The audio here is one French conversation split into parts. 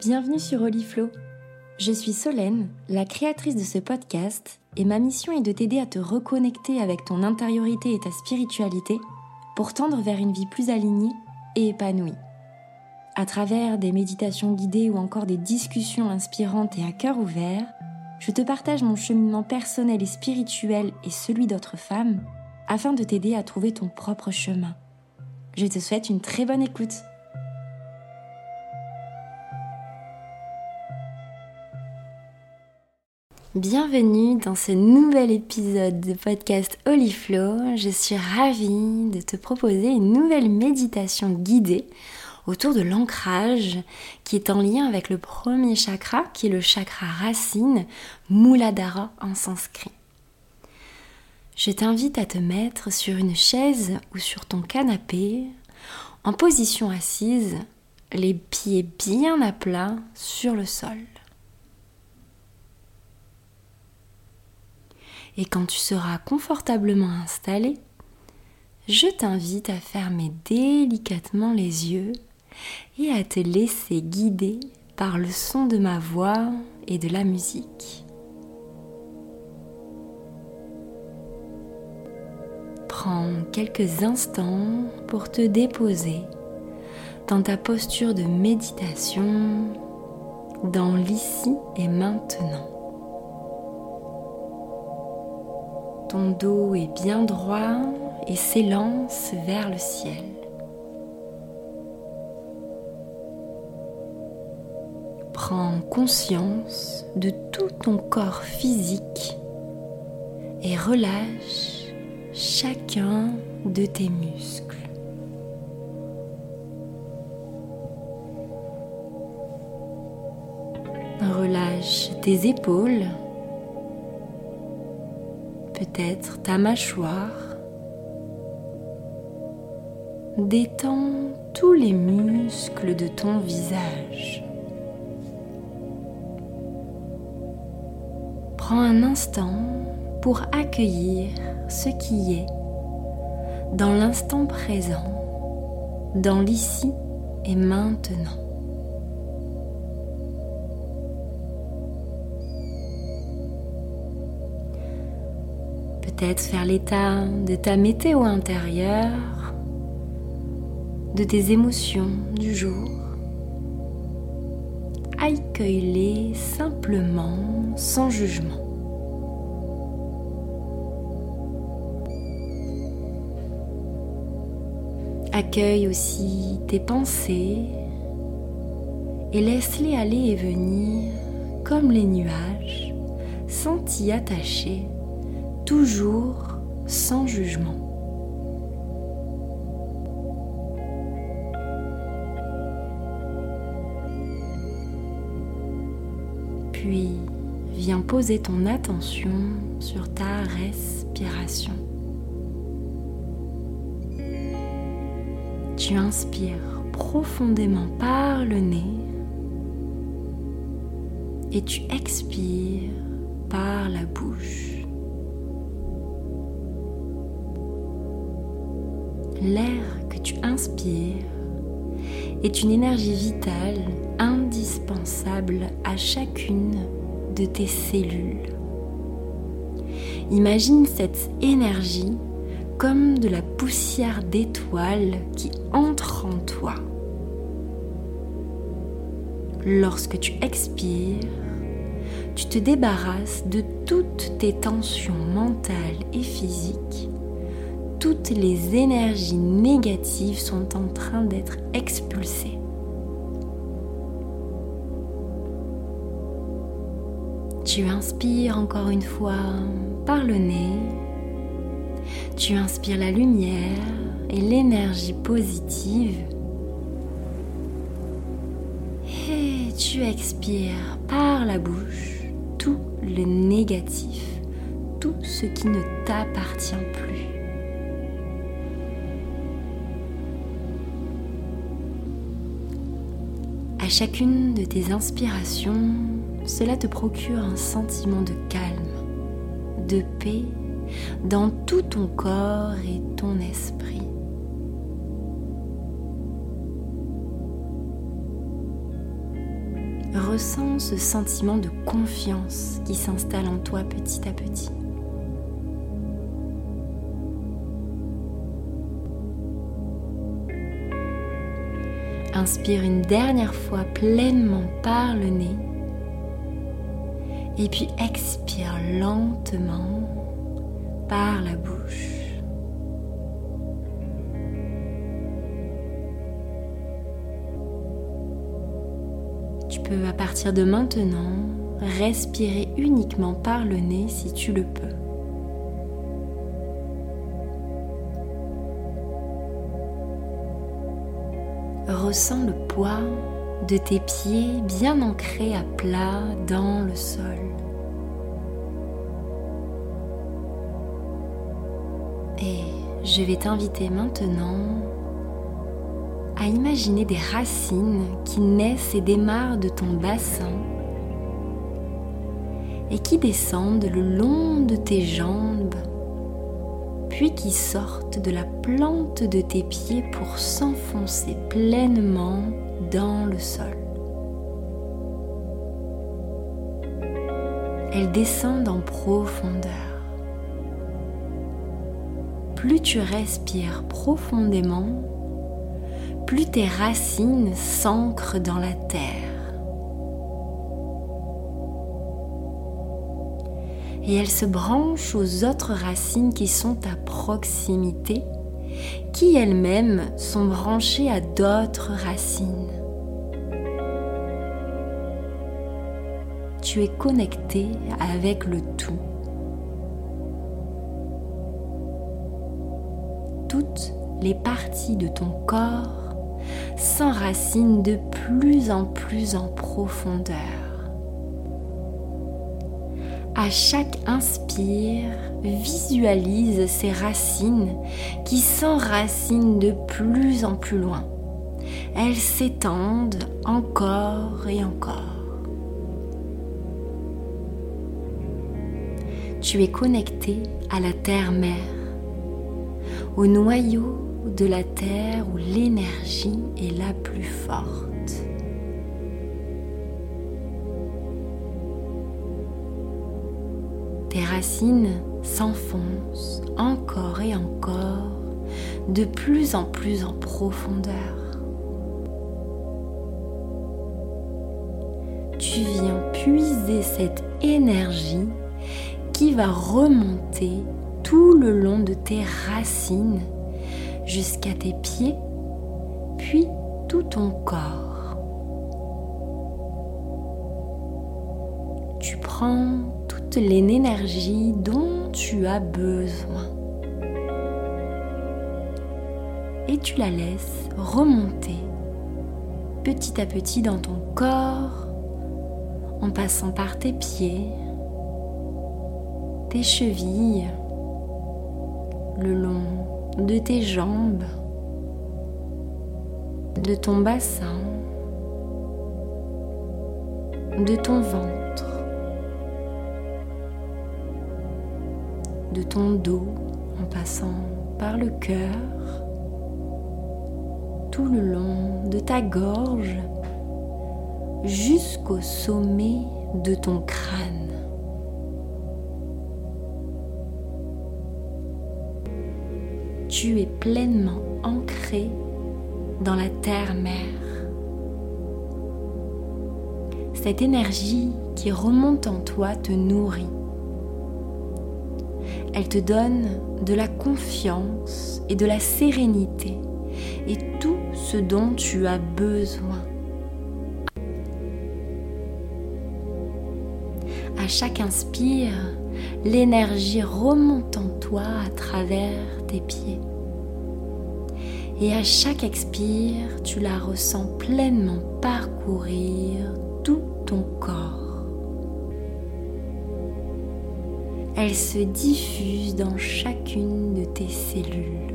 Bienvenue sur Oliflow. Je suis Solène, la créatrice de ce podcast, et ma mission est de t'aider à te reconnecter avec ton intériorité et ta spiritualité pour tendre vers une vie plus alignée et épanouie. À travers des méditations guidées ou encore des discussions inspirantes et à cœur ouvert, je te partage mon cheminement personnel et spirituel et celui d'autres femmes afin de t'aider à trouver ton propre chemin. Je te souhaite une très bonne écoute. Bienvenue dans ce nouvel épisode de podcast Oliflow. Je suis ravie de te proposer une nouvelle méditation guidée autour de l'ancrage qui est en lien avec le premier chakra, qui est le chakra racine, Muladhara en sanskrit. Je t'invite à te mettre sur une chaise ou sur ton canapé, en position assise, les pieds bien à plat sur le sol. Et quand tu seras confortablement installé, je t'invite à fermer délicatement les yeux et à te laisser guider par le son de ma voix et de la musique. Prends quelques instants pour te déposer dans ta posture de méditation, dans l'ici et maintenant. Ton dos est bien droit et s'élance vers le ciel. Prends conscience de tout ton corps physique et relâche chacun de tes muscles. Relâche tes épaules, peut-être ta mâchoire. Détends tous les muscles de ton visage. Prends un instant pour accueillir ce qui est dans l'instant présent, dans l'ici et maintenant. Peut-être faire l'état de ta météo intérieure, de tes émotions du jour. Accueille-les simplement, sans jugement. Accueille aussi tes pensées et laisse-les aller et venir comme les nuages, sans t'y attacher, toujours sans jugement. Puis, viens poser ton attention sur ta respiration. Tu inspires profondément par le nez et tu expires par la bouche. L'air que tu inspires est une énergie vitale indispensable à chacune de tes cellules. Imagine cette énergie comme de la poussière d'étoiles qui entre en toi. Lorsque tu expires, tu te débarrasses de toutes tes tensions mentales et physiques. Toutes les énergies négatives sont en train d'être expulsées. Tu inspires encore une fois par le nez. Tu inspires la lumière et l'énergie positive. Et tu expires par la bouche tout le négatif, tout ce qui ne t'appartient plus. À chacune de tes inspirations, cela te procure un sentiment de calme, de paix dans tout ton corps et ton esprit. Ressens ce sentiment de confiance qui s'installe en toi petit à petit. Inspire une dernière fois pleinement par le nez et puis expire lentement par la bouche. Tu peux à partir de maintenant respirer uniquement par le nez si tu le peux. Ressens le poids de tes pieds bien ancrés à plat dans le sol. Et je vais t'inviter maintenant à imaginer des racines qui naissent et démarrent de ton bassin et qui descendent le long de tes jambes, puis qui sortent de la plante de tes pieds pour s'enfoncer pleinement dans le sol. Elles descendent en profondeur. Plus tu respires profondément, plus tes racines s'ancrent dans la terre. Et elles se branchent aux autres racines qui sont à proximité, qui elles-mêmes sont branchées à d'autres racines. Tu es connecté avec le tout. Toutes les parties de ton corps s'enracinent de plus en plus en profondeur. À chaque inspire, visualise ces racines qui s'enracinent de plus en plus loin. Elles s'étendent encore et encore. Tu es connecté à la terre-mère, au noyau de la terre où l'énergie est la plus forte. Tes racines s'enfoncent encore et encore, de plus en profondeur. Tu viens puiser cette énergie qui va remonter tout le long de tes racines jusqu'à tes pieds, puis tout ton corps. Tu prends toute l'énergie dont tu as besoin et tu la laisses remonter petit à petit dans ton corps en passant par tes pieds, tes chevilles, le long de tes jambes, de ton bassin, de ton ventre, de ton dos en passant par le cœur, tout le long de ta gorge jusqu'au sommet de ton crâne. Tu es pleinement ancré dans la terre-mère. Cette énergie qui remonte en toi te nourrit. Elle te donne de la confiance et de la sérénité et tout ce dont tu as besoin. À chaque inspire, l'énergie remonte en toi à travers tes pieds. Et à chaque expire, tu la ressens pleinement parcourir tout ton corps. Elle se diffuse dans chacune de tes cellules.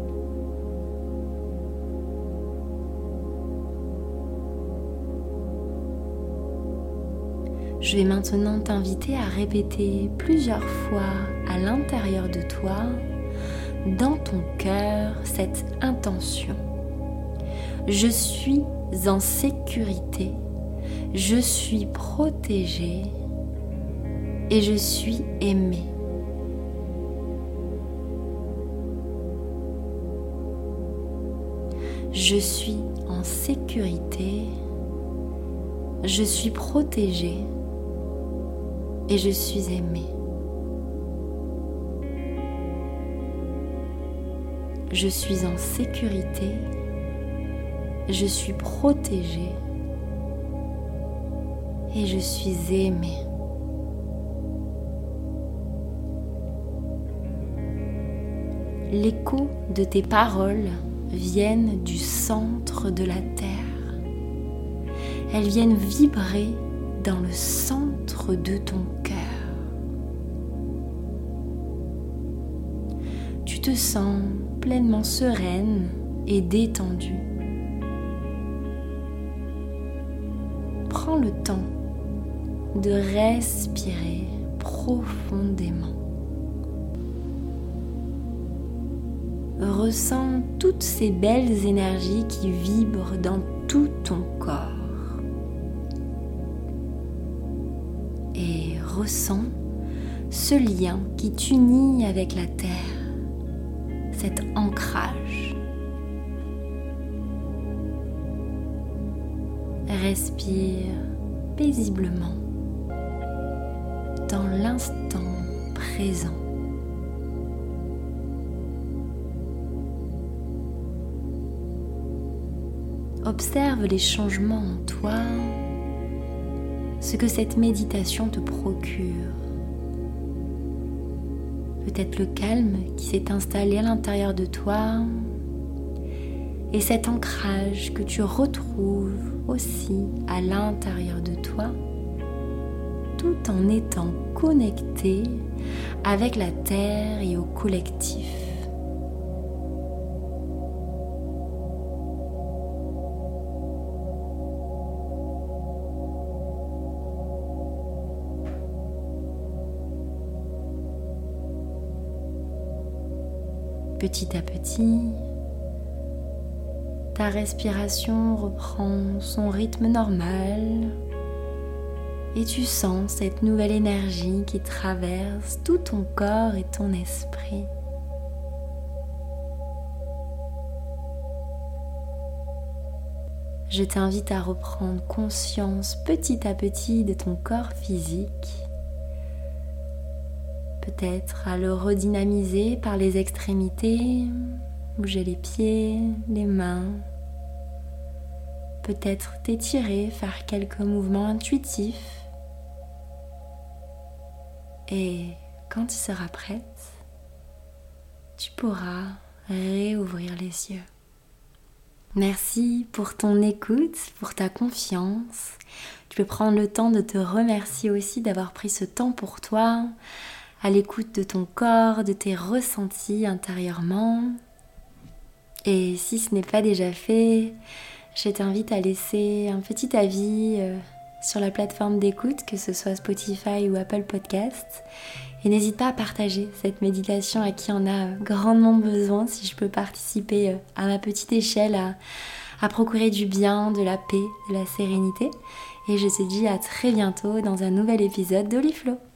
Je vais maintenant t'inviter à répéter plusieurs fois à l'intérieur de toi, dans ton cœur, cette intention. Je suis en sécurité. Je suis protégée et je suis aimée. Je suis en sécurité, je suis protégée et je suis aimée. Je suis en sécurité, je suis protégée et je suis aimée. L'écho de tes paroles viennent du centre de la terre. Elles viennent vibrer dans le centre de ton cœur. Tu te sens pleinement sereine et détendue. Prends le temps de respirer profondément. Ressens toutes ces belles énergies qui vibrent dans tout ton corps. Et ressens ce lien qui t'unit avec la terre, cet ancrage. Respire paisiblement dans l'instant présent. Observe les changements en toi, ce que cette méditation te procure. Peut-être le calme qui s'est installé à l'intérieur de toi et cet ancrage que tu retrouves aussi à l'intérieur de toi, tout en étant connecté avec la terre et au collectif. Petit à petit, ta respiration reprend son rythme normal et tu sens cette nouvelle énergie qui traverse tout ton corps et ton esprit. Je t'invite à reprendre conscience petit à petit de ton corps physique. Peut-être à le redynamiser par les extrémités, bouger les pieds, les mains. Peut-être t'étirer, faire quelques mouvements intuitifs. Et quand tu seras prête, tu pourras réouvrir les yeux. Merci pour ton écoute, pour ta confiance. Tu peux prendre le temps de te remercier aussi d'avoir pris ce temps pour toi, à l'écoute de ton corps, de tes ressentis intérieurement. Et si ce n'est pas déjà fait, je t'invite à laisser un petit avis sur la plateforme d'écoute, que ce soit Spotify ou Apple Podcast. Et n'hésite pas à partager cette méditation à qui en a grandement besoin, si je peux participer à ma petite échelle à procurer du bien, de la paix, de la sérénité. Et je te dis à très bientôt dans un nouvel épisode d'Oliflow.